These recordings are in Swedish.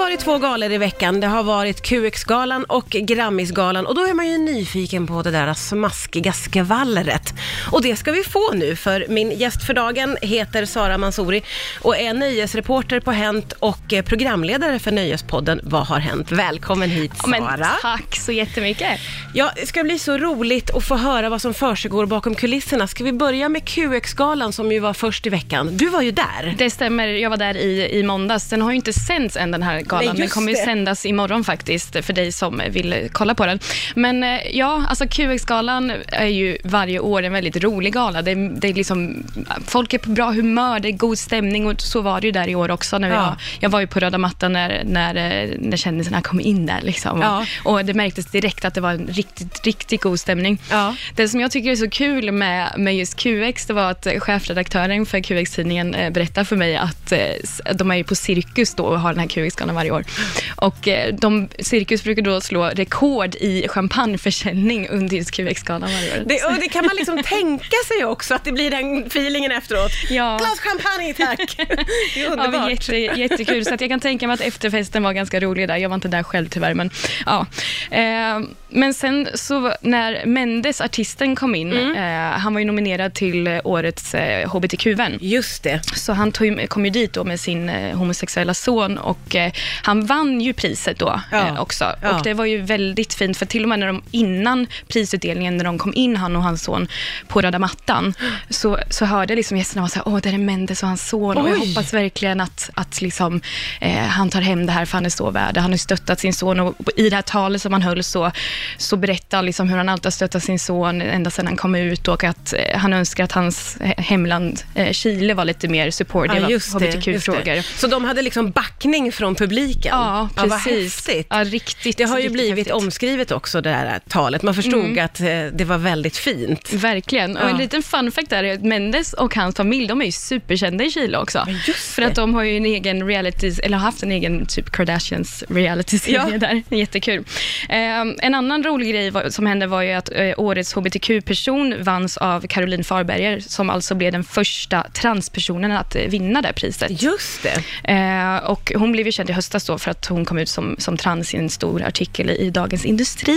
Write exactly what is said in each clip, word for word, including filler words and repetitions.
varit två galor i veckan. Det har varit Q X-galan och Grammisgalan. Och då är man ju nyfiken på det där smaskiga skvallret. Och det ska vi få nu, för min gäst för dagen heter Sara Mansouri och är nöjesreporter på Hänt och programledare för Nöjespodden Vad har hänt? Välkommen hit, Sara. Men tack så jättemycket. Ja, det ska bli så roligt att få höra vad som försiggår bakom kulisserna. Ska vi börja med Q X-galan som ju var först i veckan? Du var ju där. Det stämmer, jag var där i, i måndags. Den har ju inte sänds än, den här galan. Nej, den kommer ju det. sändas imorgon faktiskt, för dig som vill kolla på den. Men ja, alltså Q X-galan är ju varje år en väldigt rolig gala. Det, det är liksom, folk är på bra humör, det är god stämning, och så var det ju där i år också. När vi ja. var, jag var ju på röda mattan när, när, när kändisarna kom in där liksom. Ja. Och, och det märktes direkt att det var en riktigt, riktigt god stämning. Ja. Det som jag tycker är så kul med, med just Q X, det var att chefredaktören för Q X-tidningen eh, berättade för mig att eh, de är ju på Cirkus då och har den här Q X-galan varje år. Och eh, de, Cirkus brukar då slå rekord i champagneförsäljning under just Q X-galan varje år. Det, och det kan man liksom tänka sig också, att det blir den feelingen efteråt. Ja. Glas champagne, tack! Det är underbart. Ja, jätte, jättekul. Så att jag kan tänka mig att efterfesten var ganska rolig där. Jag var inte där själv tyvärr, men ja. Eh, men sen så när Mendes, artisten, kom in, mm. eh, han var ju nominerad till årets eh, H B T Q-vän. Just det. Så han tog, kom ju dit då med sin eh, homosexuella son, och eh, han vann ju priset då ja. eh, också. Ja. Och det var ju väldigt fint, för till och med när de, innan prisutdelningen, när de kom in, han och hans son, på röda mattan, så, så hörde liksom gästerna var så här, åh, där är Mendes och hans son. Oj. Och jag hoppas verkligen att, att liksom, eh, han tar hem det här, för han är så värd. Han har stöttat sin son, och i det här talet som han höll så, så berättade han liksom hur han alltid har stöttat sin son ända sedan han kom ut, och att eh, han önskar att hans hemland eh, Chile var lite mer supportive ja, av H B T Q-frågor. Så de hade liksom backning från publiken? Ja, precis. Ja, ja, riktigt. Det har ju riktigt blivit häftigt. Omskrivet också, det här talet. Man förstod mm. att eh, det var väldigt fint. Verkligen. Och ja. en liten fun fact är att Mendes och hans familj, de är ju superkända i Chile också. Men just för att de har ju en egen reality, eller har haft en egen typ Kardashians reality-serie ja. där. Jättekul. Eh, en annan rolig grej var, som hände var ju att eh, årets H B T Q-person vanns av Caroline Farberger, som alltså blev den första transpersonen att eh, vinna det priset. Just det. Eh, och hon blev ju känd i höstas då för att hon kom ut som, som trans i en stor artikel i, i Dagens Industri.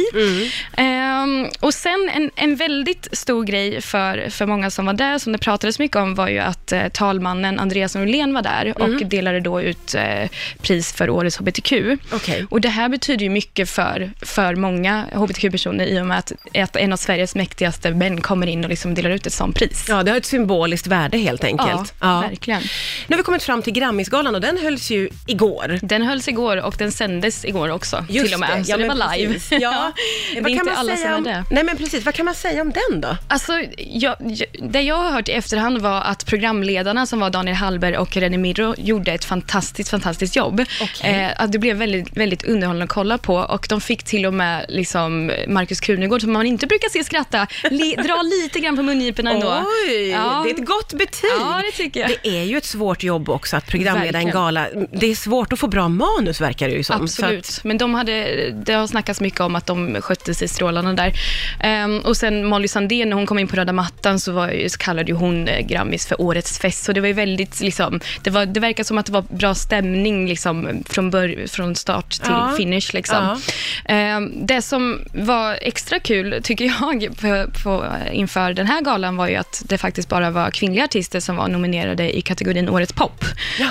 Mm. Eh, och sen en, en väldigt stor grej för, för många som var där, som det pratades mycket om, var ju att eh, talmannen Andreas Norlén var där och mm. delade då ut eh, pris för årets H B T Q. Okay. Och det här betyder ju mycket för, för många H B T Q-personer, i och med att, att en av Sveriges mäktigaste män kommer in och liksom delar ut ett sånt pris. Ja, det har ett symboliskt värde helt enkelt. Ja, ja. verkligen. Nu har vi kommit fram till Grammisgalan, och den hölls ju igår. Den hölls igår, och den sändes igår också. Just till och med. Det. Så ja, det var live. Ja. ja. Det är vad inte kan man alla säga som om, är det. Nej, men precis. Vad kan man säga om den då? Alltså, jag, det jag har hört i efterhand var att programledarna, som var Daniel Hallberg och René Mirro, gjorde ett fantastiskt, fantastiskt jobb. Okay. Eh, att det blev väldigt, väldigt underhållande att kolla på, och de fick till och med liksom Markus Krunegård, som man inte brukar se skratta, li, dra lite grann på mungiporna ändå. Oj, ja. Det är ett gott betyg. Ja, det tycker jag. Det är ju ett svårt jobb också att programleda Verkligen. en gala. Det är svårt att få bra manus, verkar det ju som. Absolut, att... men de hade, det har snackats mycket om att de skötte sig strålande där. Um, och sen Molly Sandén, när hon kom in på röda mattan, så, var ju, så kallade ju hon eh, Grammis för årets fest. Så det var ju väldigt, liksom, det, var, det verkar som att det var bra stämning liksom, från, bör, från start till ja. finish. Liksom. Ja. Um, det som var extra kul, tycker jag, på, på, inför den här galan, var ju att det faktiskt bara var kvinnliga artister som var nominerade i kategorin årets pop.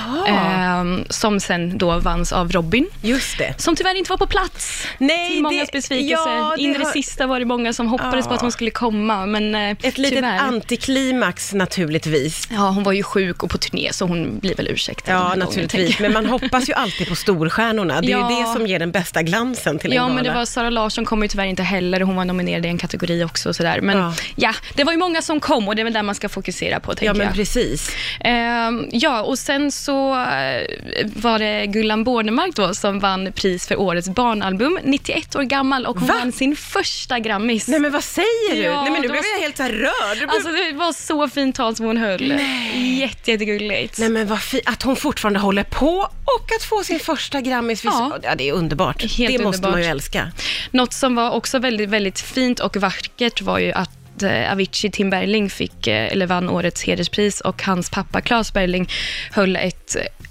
Um, som sen då vanns av Robin. Just det. Som tyvärr inte var på plats. Nej, till mångas det, besvikelse. ja, det In i det har... sista var det många som hoppades ja. på att hon skulle komma, men eh, ett litet tyvärr. antiklimax naturligtvis. Ja, hon var ju sjuk och på turné, så hon blir väl ursäktad. Ja, naturligtvis. Men man hoppas ju alltid på storstjärnorna. Det är ja. ju det som ger den bästa glansen till en Ja, gala. men det var Sara Larsson kom ju tyvärr inte heller. Hon var nominerad i en kategori också och sådär. Men ja. ja, det var ju många som kom, och det är väl där man ska fokusera på, tänker jag. Ja, men jag. precis. Uh, ja, och sen så uh, var det Gullan Bornemark då som vann pris för årets barnalbum, nittioett år gammal, och hon Va? vann sin första Grammis. Nej, men vad säger du? Ja, Nej, men nu blev blev jag helt så här rörd. Blev... Alltså, det var så fint tal som hon höll. Nej. Jätte, jättegulligt. Nej, men vad fi- att hon fortfarande håller på, och att få sin första Grammis. Ja. Ja, det är underbart. Helt det underbart. måste man ju älska. Något som var också väldigt, väldigt fint och vackert var ju att Avicii Tim Bergling fick, eller vann årets hederspris, och hans pappa Claes Bergling höll ett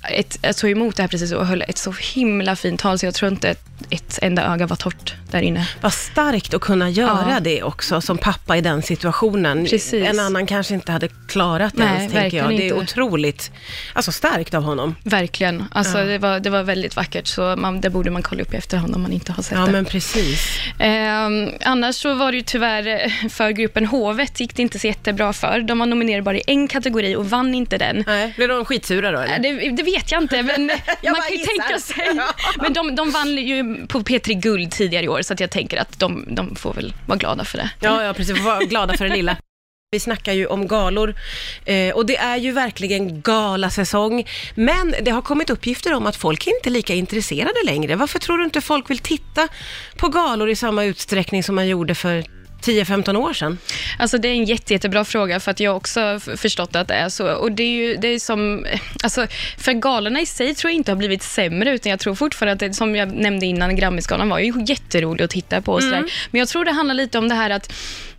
ett, jag tog emot det här precis och höll ett så himla fint tal så jag tror inte ett, ett enda öga var torrt där inne. Vad starkt att kunna göra ja. det också som pappa i den situationen. Precis. En annan kanske inte hade klarat det ens, tänker jag. Det är inte. otroligt alltså, starkt av honom. Verkligen. Alltså, ja. det, var, det var väldigt vackert så man, det borde man kolla upp i efterhand om man inte har sett ja, det. Ja, men precis. Eh, annars så var det ju tyvärr för gruppen Hovet gick det inte så jättebra för. De var nominerade bara i en kategori och vann inte den. Nej, blev de skitsura då? Eller? Det, det vet jag inte, men jag man kan ju tänka sig. Men de, de vann ju på P tre Guld tidigare i år så att jag tänker att de, de får väl vara glada för det. Ja, ja precis. Får vara glada för det lilla. Vi snackar ju om galor eh, och det är ju verkligen galasäsong. Men det har kommit uppgifter om att folk inte är lika intresserade längre. Varför tror du inte folk vill titta på galor i samma utsträckning som man gjorde för tio femton år sedan? Alltså det är en jätte, jättebra fråga för att jag också har förstått att det är så. Och det är ju det är som, alltså för galorna i sig tror jag inte har blivit sämre utan jag tror fortfarande att det, som jag nämnde innan, Grammisgalan var ju jätterolig att titta på. Och mm. Men jag tror det handlar lite om det här att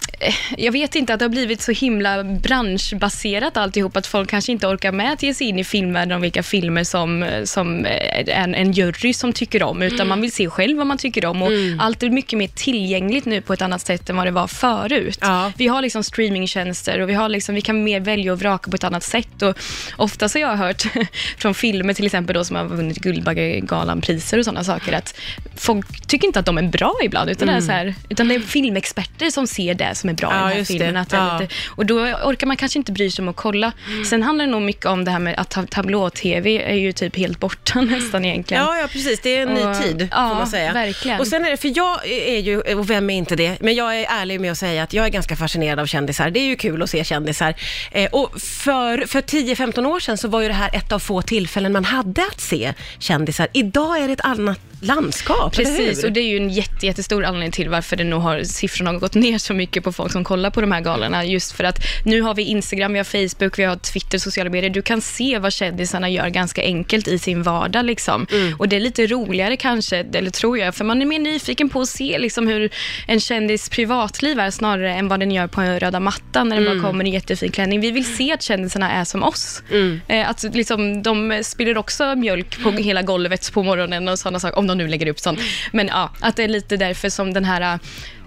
jag vet inte att det har blivit så himla branschbaserat alltihop att folk kanske inte orkar med att ge sig in i filmvärlden om vilka filmer som, som en, en jury som tycker om utan mm. man vill se själv vad man tycker om och mm. allt är mycket mer tillgängligt nu på ett annat sätt än vad det var förut. Ja. Vi har liksom streamingtjänster och vi, har liksom, vi kan mer välja och vraka på ett annat sätt och ofta så har jag hört från filmer till exempel då som har vunnit Guldbaggegalan-priser och sådana saker att folk tycker inte att de är bra ibland utan, mm. det, är så här, utan det är filmexperter som ser det som är bra ja, i den här filmen. Att ja. lite, och då orkar man kanske inte bry sig om att kolla. Mm. Sen handlar det nog mycket om det här med att tablå-tv är ju typ helt borta nästan egentligen. Ja, ja precis. Det är en och, ny tid, ja, får man säga. Verkligen. Och sen är det, för jag är ju, och vem är inte det, men jag är ärlig med att säga att jag är ganska fascinerad av kändisar. Det är ju kul att se kändisar. Eh, och för, för tio femton år sedan så var ju det här ett av få tillfällen man hade att se kändisar. Idag är det ett annat landskap. Precis, och det är ju en jätte, jättestor anledning till varför det nog har, siffrorna har gått ner så mycket på folk som kollar på de här galorna. Just för att nu har vi Instagram, vi har Facebook, vi har Twitter, sociala medier. Du kan se vad kändisarna gör ganska enkelt i sin vardag liksom. Mm. Och det är lite roligare kanske, eller tror jag, för man är mer nyfiken på att se liksom hur en kändis privatliv är snarare än vad den gör på en röda mattan när den mm. bara kommer i jättefin klänning. Vi vill se att kändisarna är som oss. Mm. Eh, att liksom, de spiller också mjölk på hela golvet på morgonen och sådana saker, om de nu lägger upp sånt. Men ja, att det är lite därför som den här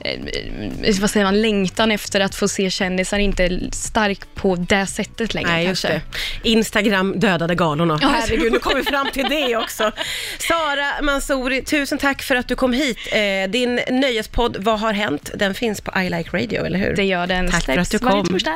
eh, vad säger man, längtan efter att få se kändisar inte är stark på det sättet längre. Nej, kanske. Just det. Instagram dödade galorna. Ja, herregud, nu kommer vi fram till det också. Sara Mansouri, tusen tack för att du kom hit. Eh, din nöjespodd Vad har hänt? Den finns på I Like Radio, eller hur? Det gör den. Tack för att du kom.